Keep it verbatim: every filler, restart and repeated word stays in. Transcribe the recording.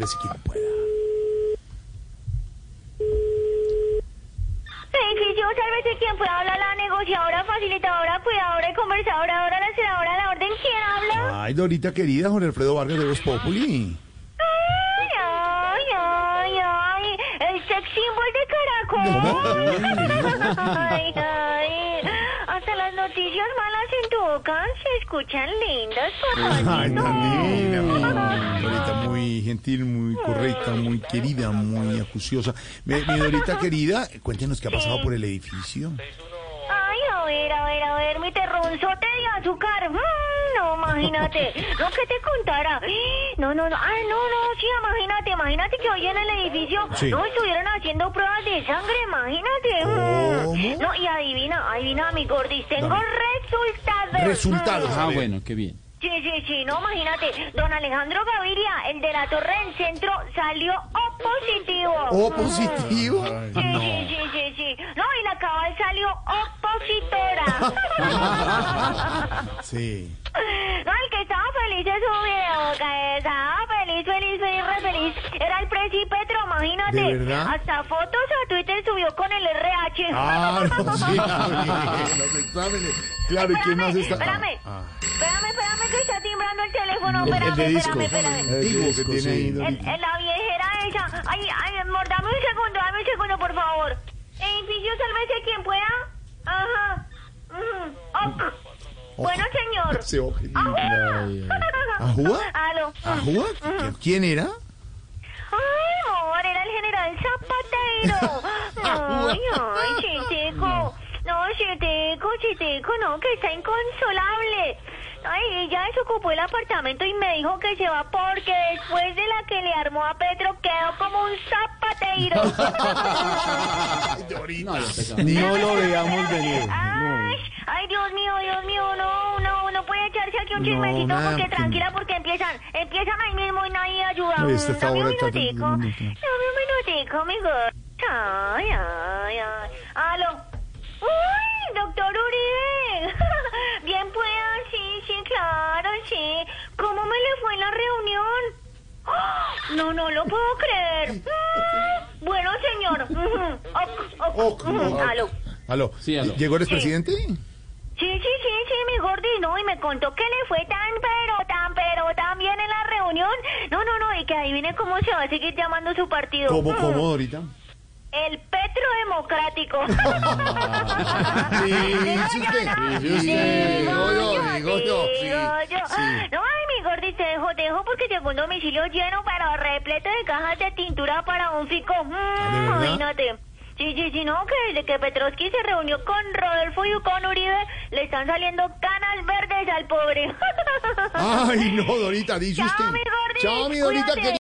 Sálvese quien pueda. Edificio, sálvese quien pueda hablar, la negociadora, facilitadora, cuidadora y conversadora, ahora la senadora, la orden, ¿quién habla? Ay, Dorita querida, Jorge Alfredo Vargas de Voz Populi. Ay, ay, ay, ay, el sex symbol de Caracol. Ay, ay, hasta las noticias malas en tu boca se escuchan lindas, papá. Ay, tan linda. Dorita, muy gentil, muy correcta, muy querida, muy acuciosa. Mi, mi Dorita querida, cuéntenos qué ha pasado por el edificio. Ay, a ver, a ver, a ver, mi terronzote de azúcar. Mm, no, imagínate. No, que te contara. No, no, no. Ay, no, no, sí, imagínate, imagínate que hoy en el edificio Sí. no estuvieron haciendo pruebas de sangre, imagínate. ¿Cómo? Mm. No, y adivina, adivina, mi gordis, tengo Dame. resultados. Resultados. Mm. A Ah, ver. bueno, qué bien. Sí, sí, sí, no, imagínate, don Alejandro Gaviria, el de la Torre del Centro, salió O positivo. ¿O positivo? Sí, sí, sí, sí, sí. No, y la cabal salió opositora. Sí. No, el que estaba feliz en su video, que estaba feliz, feliz, feliz, re feliz, era el Presi Petro, imagínate. ¿De verdad? Hasta fotos a Twitter subió con el R H. Ah, no, sí, Gabriel, los exámenes. Claro, ¿y quién más está? Espérame, Ah, espérame, espérame que está timbrando el teléfono, el, el espérame, de disco. espérame, espérame. El digo que tiene ahí, En, Dorita. en la viejera esa. Ay, ay, amor, dame un segundo, dame un segundo, por favor. Edificio, sálvese quien pueda. Ajá. Ujú. Ok. Bueno, señor. Se oje. Ajúa. ¿Ajúa? Aló. ¿Ajúa? ¿Quién era? Ay, amor, era el general Zapatero. Ay, ay, chiteco. No, chiteco, chiteco, no, que está inconsolable. Ay, ella desocupó el apartamento y me dijo que se va porque después de la que le armó a Petro quedó como un zapateiro. Ay, Dorita. No, ya empezó. No lo veíamos venir. Ay, ay, Dios mío, Dios mío, no, no, no puede echarse aquí un No, chismecito nada, porque porque- tranquila, porque empiezan, empiezan ahí mismo y nadie ayuda. No, este está Dame un ahora, está minutico, tan- dame un minutico, mi gorda. Ay, ay, ay. Aló. Uy, doctor Uribe. Bien pueda, sí, sí, claro, sí. ¿Cómo me le fue en la reunión? ¡Ah! No, no lo puedo creer. Mm, Bueno, señor. Ujú. Ok, ok, Ok, ujú. ok. Aló. Aló. Sí, aló. ¿Llegó el Sí. expresidente? Sí, sí, sí, sí, mi gordi, no, y me contó que le fue tan, pero, tan, pero, tan bien en la reunión. No, no, no, y que adivine cómo se va a seguir llamando su partido. ¿Cómo, Mm, cómo, Dorita? El Petro Democrático. Sí, sí, usted. Sí, usted. Digo yo, digo yo, sí, digo yo. sí. No, ay, mi gordi, te dejo, te dejo porque llegó un domicilio lleno, pero repleto de cajas de tintura para un fico. Mm, verdad? imagínate. Sí, sí, sí, no, que desde que Petrovsky se reunió con Rodolfo y con Uribe, le están saliendo canas verdes al pobre. Ay, no, Dorita, dice Chao, usted. mi gordi, Chao, mi Dorita. cuídate. querida.